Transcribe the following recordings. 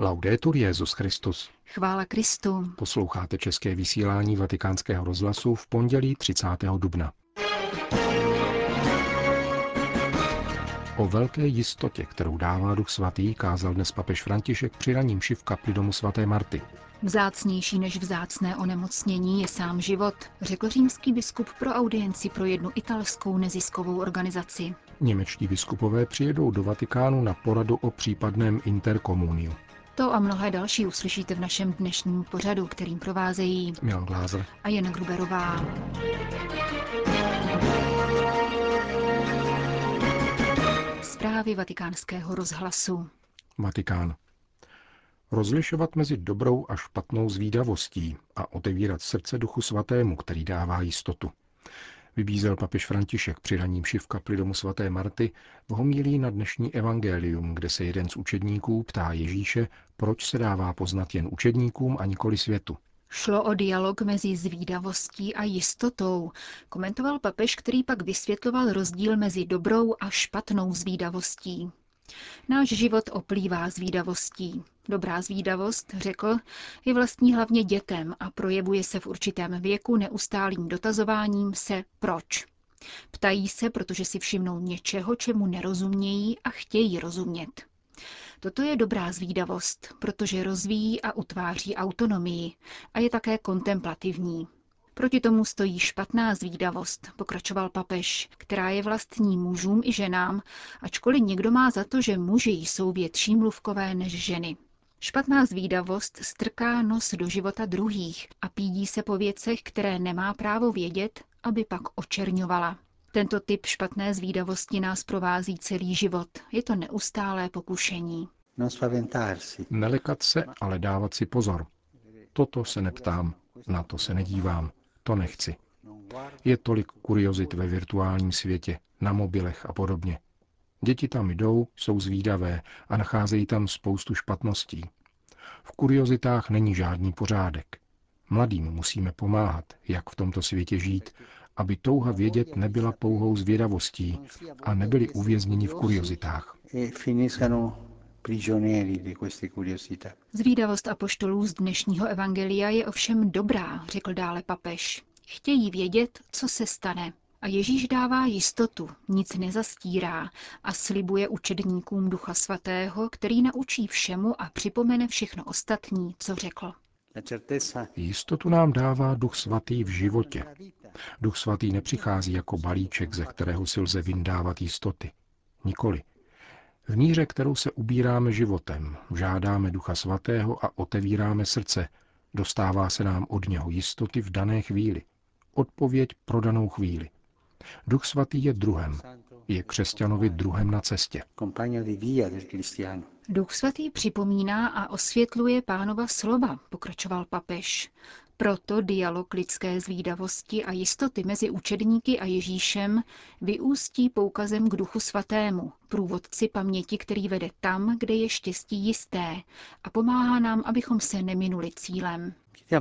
Laudetur Jesus Christus. Chvála Kristu. Posloucháte české vysílání Vatikánského rozhlasu v pondělí 30. dubna. O velké jistotě, kterou dává Duch Svatý, kázal dnes papež František při ranní mši v kapli domu svaté Marty. Vzácnější než vzácné onemocnění je sám život, řekl římský biskup pro audienci pro jednu italskou neziskovou organizaci. Němečtí biskupové přijedou do Vatikánu na poradu o případném interkomuniu. To a mnohé další uslyšíte v našem dnešním pořadu, kterým provázejí Milan Glázer a Jana Gruberová. Zprávy Vatikánského rozhlasu. Vatikán. Rozlišovat mezi dobrou a špatnou zvídavostí a otevírat srdce Duchu Svatému, který dává jistotu. Vybízel papež František při ranní mši v kapli domu svaté Marty v homílii na dnešní evangelium, kde se jeden z učedníků ptá Ježíše, proč se dává poznat jen učedníkům a nikoli světu. Šlo o dialog mezi zvídavostí a jistotou, komentoval papež, který pak vysvětloval rozdíl mezi dobrou a špatnou zvídavostí. Náš život oplývá zvídavostí. Dobrá zvídavost, řekl, je vlastní hlavně dětem a projevuje se v určitém věku neustálým dotazováním se proč. Ptají se, protože si všimnou něčeho, čemu nerozumějí a chtějí rozumět. Toto je dobrá zvídavost, protože rozvíjí a utváří autonomii a je také kontemplativní. Proti tomu stojí špatná zvídavost, pokračoval papež, která je vlastní mužům i ženám, ačkoliv někdo má za to, že muži jsou větší mluvkové než ženy. Špatná zvídavost strká nos do života druhých a pídí se po věcech, které nemá právo vědět, aby pak očerňovala. Tento typ špatné zvídavosti nás provází celý život. Je to neustálé pokušení. Nelekat se, ale dávat si pozor. Toto se neptám, na to se nedívám, to nechci. Je tolik kuriozit ve virtuálním světě, na mobilech a podobně. Děti tam jdou, jsou zvídavé a nacházejí tam spoustu špatností. V kuriozitách není žádný pořádek. Mladým musíme pomáhat, jak v tomto světě žít, aby touha vědět nebyla pouhou zvědavostí a nebyli uvězněni v kuriozitách. Zvídavost apoštolů z dnešního evangelia je ovšem dobrá, řekl dále papež. Chtějí vědět, co se stane. A Ježíš dává jistotu, nic nezastírá a slibuje učedníkům Ducha Svatého, který naučí všemu a připomene všechno ostatní, co řekl. Jistotu nám dává Duch Svatý v životě. Duch Svatý nepřichází jako balíček, ze kterého si lze vyndávat jistoty. Nikoli. V míře, kterou se ubíráme životem, žádáme Ducha Svatého a otevíráme srdce, dostává se nám od něho jistoty v dané chvíli. Odpověď pro danou chvíli. Duch Svatý je druhem. Je křesťanovi druhem na cestě. Duch Svatý připomíná a osvětluje Pánova slova, pokračoval papež. Proto dialog lidské zvídavosti a jistoty mezi učedníky a Ježíšem vyústí poukazem k Duchu Svatému, průvodci paměti, který vede tam, kde je štěstí jisté a pomáhá nám, abychom se neminuli cílem.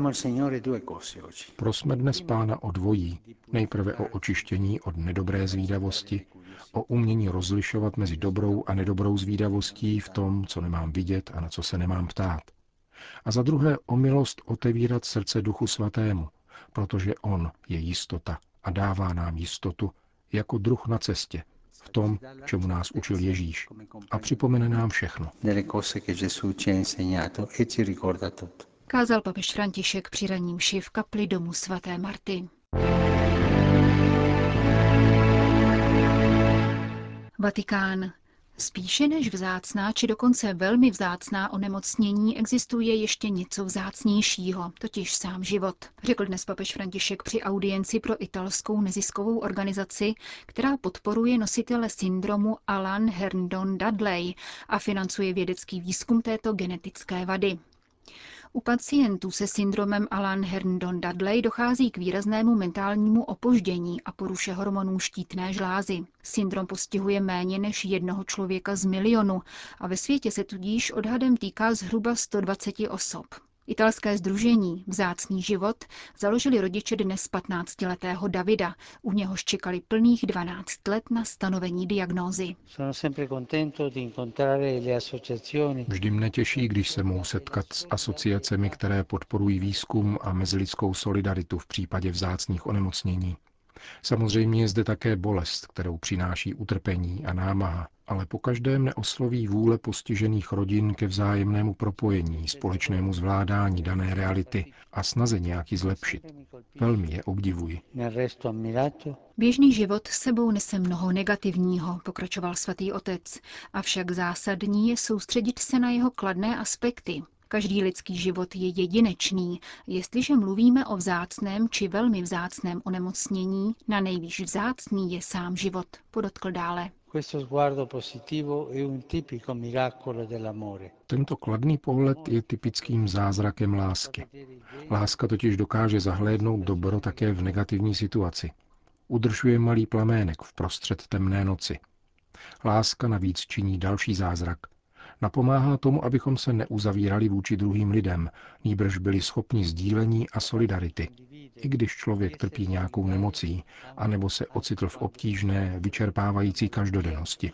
Prosme dnes Pána o dvojí, nejprve o očištění od nedobré zvídavosti, o umění rozlišovat mezi dobrou a nedobrou zvídavostí v tom, co nemám vidět a na co se nemám ptát. A za druhé o milost otevírat srdce Duchu Svatému, protože on je jistota a dává nám jistotu jako druh na cestě, v tom, čemu nás učil Ježíš a připomene nám všechno. Kázal papež František při ranní mši v kapli domu svaté Marty. Vatikán. Spíše než vzácná, či dokonce velmi vzácná onemocnění existuje ještě něco vzácnějšího, totiž sám život, řekl dnes papež František při audienci pro italskou neziskovou organizaci, která podporuje nositele syndromu Ehlers-Danlos a financuje vědecký výzkum této genetické vady. U pacientů se syndromem Ehlers-Danlos dochází k výraznému mentálnímu opoždění a poruše hormonů štítné žlázy. Syndrom postihuje méně než jednoho člověka z milionu a ve světě se tudíž odhadem týká zhruba 120 osob. Italské sdružení Vzácný život založili rodiče dnes 15letého Davida, u něhož čekali plných 12 let na stanovení diagnózy. Vždy mne těší, když se mohu setkat s asociacemi, které podporují výzkum a mezilidskou solidaritu v případě vzácných onemocnění. Samozřejmě je zde také bolest, kterou přináší utrpení a námaha, ale pokaždé mne osloví vůle postižených rodin ke vzájemnému propojení, společnému zvládání dané reality a snaze nějak ji zlepšit. Velmi je obdivuji. Běžný život s sebou nese mnoho negativního, pokračoval svatý otec, avšak zásadní je soustředit se na jeho kladné aspekty. Každý lidský život je jedinečný. Jestliže mluvíme o vzácném či velmi vzácném onemocnění, na nejvýš vzácný je sám život, podotkl dále. Tento kladný pohled je typickým zázrakem lásky. Láska totiž dokáže zahlédnout dobro také v negativní situaci. Udržuje malý plamének vprostřed temné noci. Láska navíc činí další zázrak. Napomáhá tomu, abychom se neuzavírali vůči druhým lidem, nýbrž byli schopni sdílení a solidarity. I když člověk trpí nějakou nemocí, anebo se ocitl v obtížné, vyčerpávající každodennosti.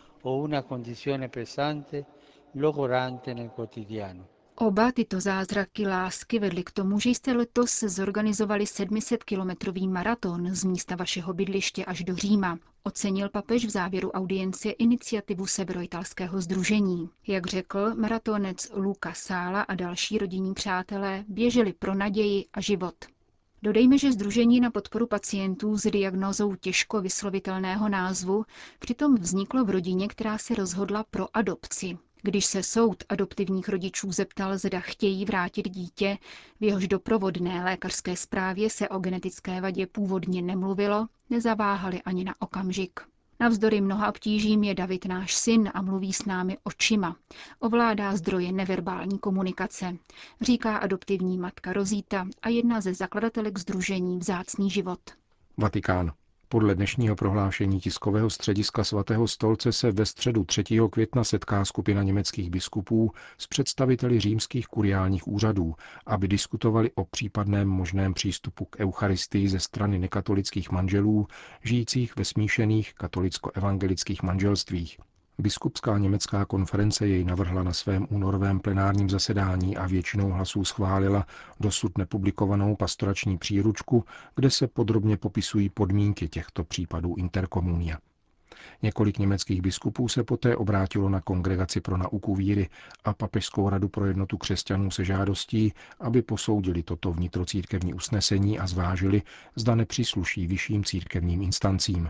Oba tyto zázraky lásky vedly k tomu, že jste letos zorganizovali 700-kilometrový maraton z místa vašeho bydliště až do Říma. Ocenil papež v závěru audience iniciativu Severoitalského sdružení. Jak řekl, maratonec Luca Sala a další rodinní přátelé běželi pro naději a život. Dodejme, že sdružení na podporu pacientů s diagnózou těžko vyslovitelného názvu přitom vzniklo v rodině, která se rozhodla pro adopci. Když se soud adoptivních rodičů zeptal, zda chtějí vrátit dítě, v jehož doprovodné lékařské zprávě se o genetické vadě původně nemluvilo, nezaváhali ani na okamžik. Navzdory mnoha obtížím je David náš syn a mluví s námi očima. Ovládá zdroje neverbální komunikace, říká adoptivní matka Rozíta a jedna ze zakladatelek sdružení Vzácný život. Vatikán. Podle dnešního prohlášení tiskového střediska svatého stolce se ve středu 3. května setká skupina německých biskupů s představiteli římských kuriálních úřadů, aby diskutovali o případném možném přístupu k eucharistii ze strany nekatolických manželů, žijících ve smíšených katolicko-evangelických manželstvích. Biskupská německá konference jej navrhla na svém únorovém plenárním zasedání a většinou hlasů schválila dosud nepublikovanou pastorační příručku, kde se podrobně popisují podmínky těchto případů interkomunia. Několik německých biskupů se poté obrátilo na Kongregaci pro nauku víry a Papežskou radu pro jednotu křesťanů se žádostí, aby posoudili toto vnitrocírkevní usnesení a zvážili, zda nepřísluší vyšším církevním instancím.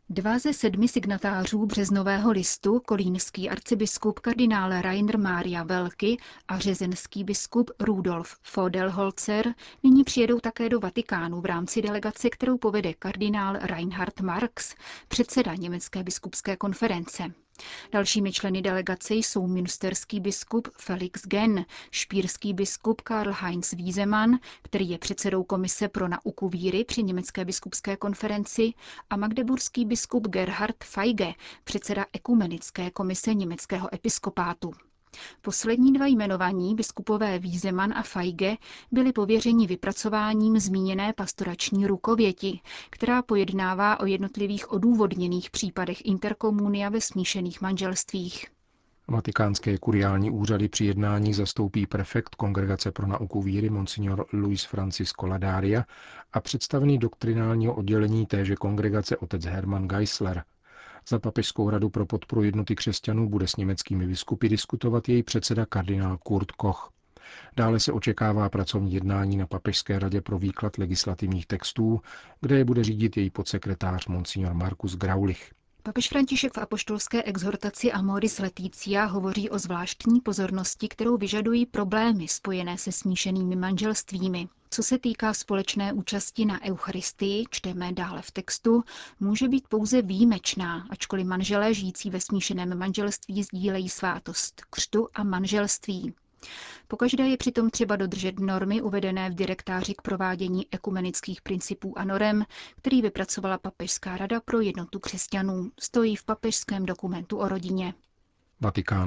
2 ze 7 signatářů březnového listu, kolínský arcibiskup kardinál Rainer Maria Welky a řezenský biskup Rudolf Vodelholzer, nyní přijedou také do Vatikánu v rámci delegace, kterou povede kardinál Reinhard Marx, předseda Německé biskupské konference. Dalšími členy delegace jsou münsterský biskup Felix Genn, špírský biskup Karl-Heinz Wiesemann, který je předsedou Komise pro nauku víry při Německé biskupské konferenci, a magdeburský biskup Gerhard Feige, předseda Ekumenické komise německého episkopátu. Poslední 2 jmenovaní, biskupové Wiesemann a Feige, byli pověřeni vypracováním zmíněné pastorační rukověti, která pojednává o jednotlivých odůvodněných případech interkomunia ve smíšených manželstvích. Vatikánské kuriální úřady při jednání zastoupí prefekt Kongregace pro nauku víry monsignor Luis Francisco Ladaria a představený doktrinálního oddělení téže kongregace otec Hermann Geisler. Za Papežskou radu pro podporu jednoty křesťanů bude s německými biskupy diskutovat její předseda kardinál Kurt Koch. Dále se očekává pracovní jednání na Papežské radě pro výklad legislativních textů, kde je bude řídit její podsekretář monsignor Markus Graulich. Papež František v apoštolské exhortaci Amoris Laetitia hovoří o zvláštní pozornosti, kterou vyžadují problémy spojené se smíšenými manželstvími. Co se týká společné účasti na eucharistii, čteme dále v textu, může být pouze výjimečná, ačkoliv manželé žijící ve smíšeném manželství sdílejí svátost křtu a manželství. Pokaždé je přitom třeba dodržet normy uvedené v direktáři k provádění ekumenických principů a norem, který vypracovala Papežská rada pro jednotu křesťanů. Stojí v papežském dokumentu o rodině. Vatikán.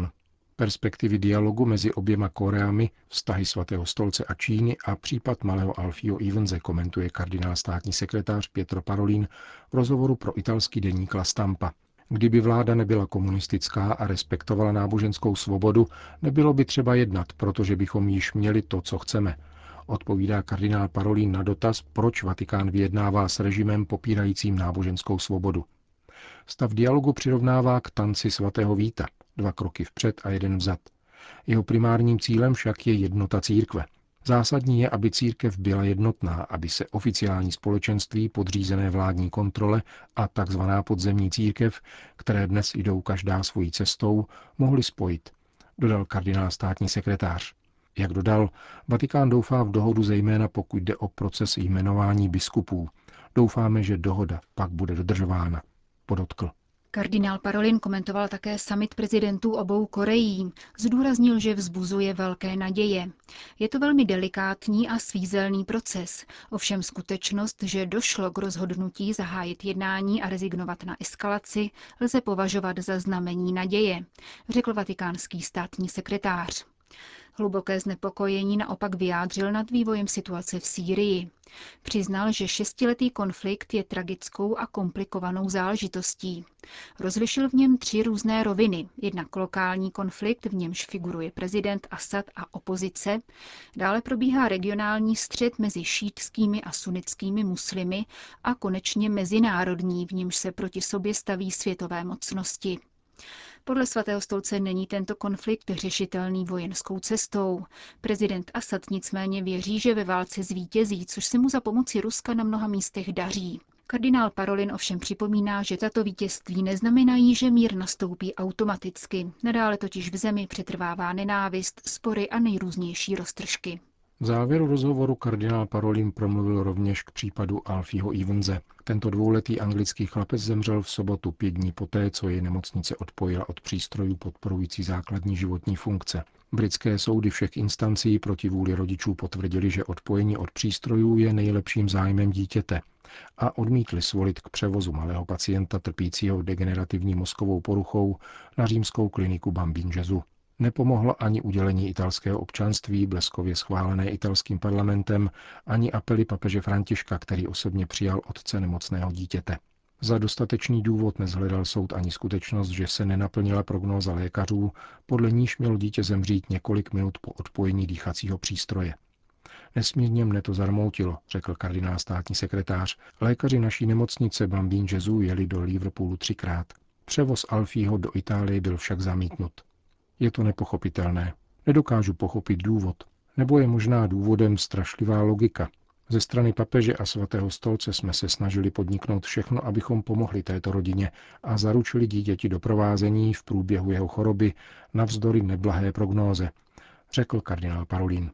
Perspektivy dialogu mezi oběma Koreami, vztahy Svatého stolce a Číny a případ malého Alfího Evanse komentuje kardinál státní sekretář Pietro Parolin v rozhovoru pro italský deník La Stampa. Kdyby vláda nebyla komunistická a respektovala náboženskou svobodu, nebylo by třeba jednat, protože bychom již měli to, co chceme, odpovídá kardinál Parolin na dotaz, proč Vatikán vyjednává s režimem popírajícím náboženskou svobodu. Stav dialogu přirovnává k tanci svatého Víta, 2 kroky vpřed a 1 vzad. Jeho primárním cílem však je jednota církve. Zásadní je, aby církev byla jednotná, aby se oficiální společenství podřízené vládní kontrole a tzv. Podzemní církev, které dnes jdou každá svojí cestou, mohly spojit, dodal kardinál státní sekretář. Jak dodal, Vatikán doufá v dohodu zejména pokud jde o proces jmenování biskupů. Doufáme, že dohoda pak bude dodržována, podotkl. Kardinál Parolin komentoval také summit prezidentů obou Koreí. Zdůraznil, že vzbuzuje velké naděje. Je to velmi delikátní a svízelný proces. Ovšem skutečnost, že došlo k rozhodnutí zahájit jednání a rezignovat na eskalaci, lze považovat za znamení naděje, řekl vatikánský státní sekretář. Hluboké znepokojení naopak vyjádřil nad vývojem situace v Sýrii. Přiznal, že 6letý konflikt je tragickou a komplikovanou záležitostí. Rozlišil v něm 3 různé roviny. Jednak lokální konflikt, v němž figuruje prezident Asad a opozice. Dále probíhá regionální střet mezi šítskými a sunnickými muslimy a konečně mezinárodní, v němž se proti sobě staví světové mocnosti. Podle Svatého stolce není tento konflikt řešitelný vojenskou cestou. Prezident Asad nicméně věří, že ve válce zvítězí, což se mu za pomoci Ruska na mnoha místech daří. Kardinál Parolin ovšem připomíná, že tato vítězství neznamenají, že mír nastoupí automaticky. Nadále totiž v zemi přetrvává nenávist, spory a nejrůznější roztržky. V závěru rozhovoru kardinál Parolin promluvil rovněž k případu Alfího Evanse. Tento 2letý anglický chlapec zemřel v sobotu 5 dní poté, co jej nemocnice odpojila od přístrojů podporující základní životní funkce. Britské soudy všech instancí proti vůli rodičů potvrdili, že odpojení od přístrojů je nejlepším zájmem dítěte a odmítli svolit k převozu malého pacienta trpícího degenerativní mozkovou poruchou na římskou kliniku Bambin Gesù. Nepomohlo ani udělení italského občanství, bleskově schválené italským parlamentem, ani apely papeže Františka, který osobně přijal otce nemocného dítěte. Za dostatečný důvod nezhledal soud ani skutečnost, že se nenaplnila prognóza lékařů, podle níž mělo dítě zemřít několik minut po odpojení dýchacího přístroje. Nesmírně mne to zarmoutilo, řekl kardinál státní sekretář. Lékaři naší nemocnice Bambin Gesù jeli do Liverpoolu 3krát. Převoz Alfího do Itálie byl však zamítnut. Je to nepochopitelné. Nedokážu pochopit důvod. Nebo je možná důvodem strašlivá logika. Ze strany papeže a Svatého stolce jsme se snažili podniknout všechno, abychom pomohli této rodině a zaručili dítěti doprovázení v průběhu jeho choroby navzdory neblahé prognóze, řekl kardinál Parolin.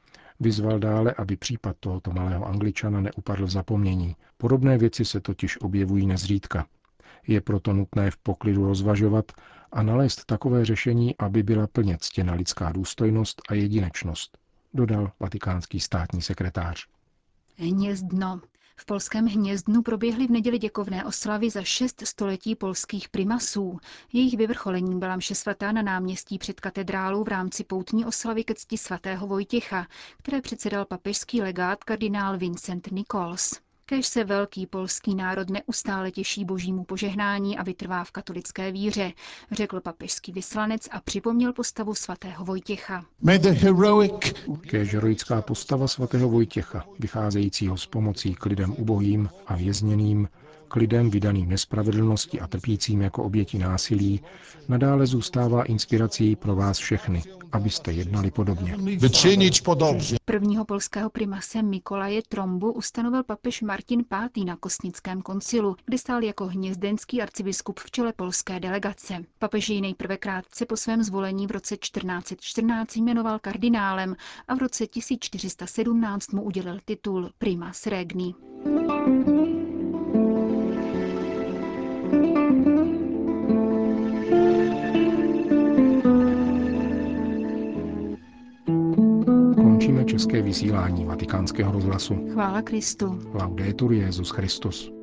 Vyzval dále, aby případ tohoto malého Angličana neupadl v zapomnění. Podobné věci se totiž objevují nezřídka. Je proto nutné v poklidu rozvažovat a nalézt takové řešení, aby byla plně ctěna lidská důstojnost a jedinečnost, dodal vatikánský státní sekretář. Hnězdno. V polském Hnězdnu proběhly v neděli děkovné oslavy za 6 století polských primasů. Jejich vyvrcholením byla mše svatá na náměstí před katedrálou v rámci poutní oslavy ke cti svatého Vojtěcha, které předsedal papežský legát kardinál Vincent Nichols. Kéž se velký polský národ neustále těší božímu požehnání a vytrvá v katolické víře, řekl papežský vyslanec a připomněl postavu svatého Vojtěcha. Kéž heroická postava svatého Vojtěcha, vycházejícího z pomocí k lidem ubohým a vězněným, k lidem vydaným nespravedlnosti a trpícím jako oběti násilí, nadále zůstává inspirací pro vás všechny, abyste jednali podobně. Prvního polského primase Mikolaje Trombu ustanovil papež Martin V. na Kostnickém koncilu, kde stál jako hnězdenský arcibiskup v čele polské delegace. Papež jej nejprve krátce po svém zvolení v roce 1414 jmenoval kardinálem a v roce 1417 mu udělil titul Primas Regni. Končíme české vysílání Vatikánského rozhlasu. Chvála Kristu. Laudetur Jesus Christus.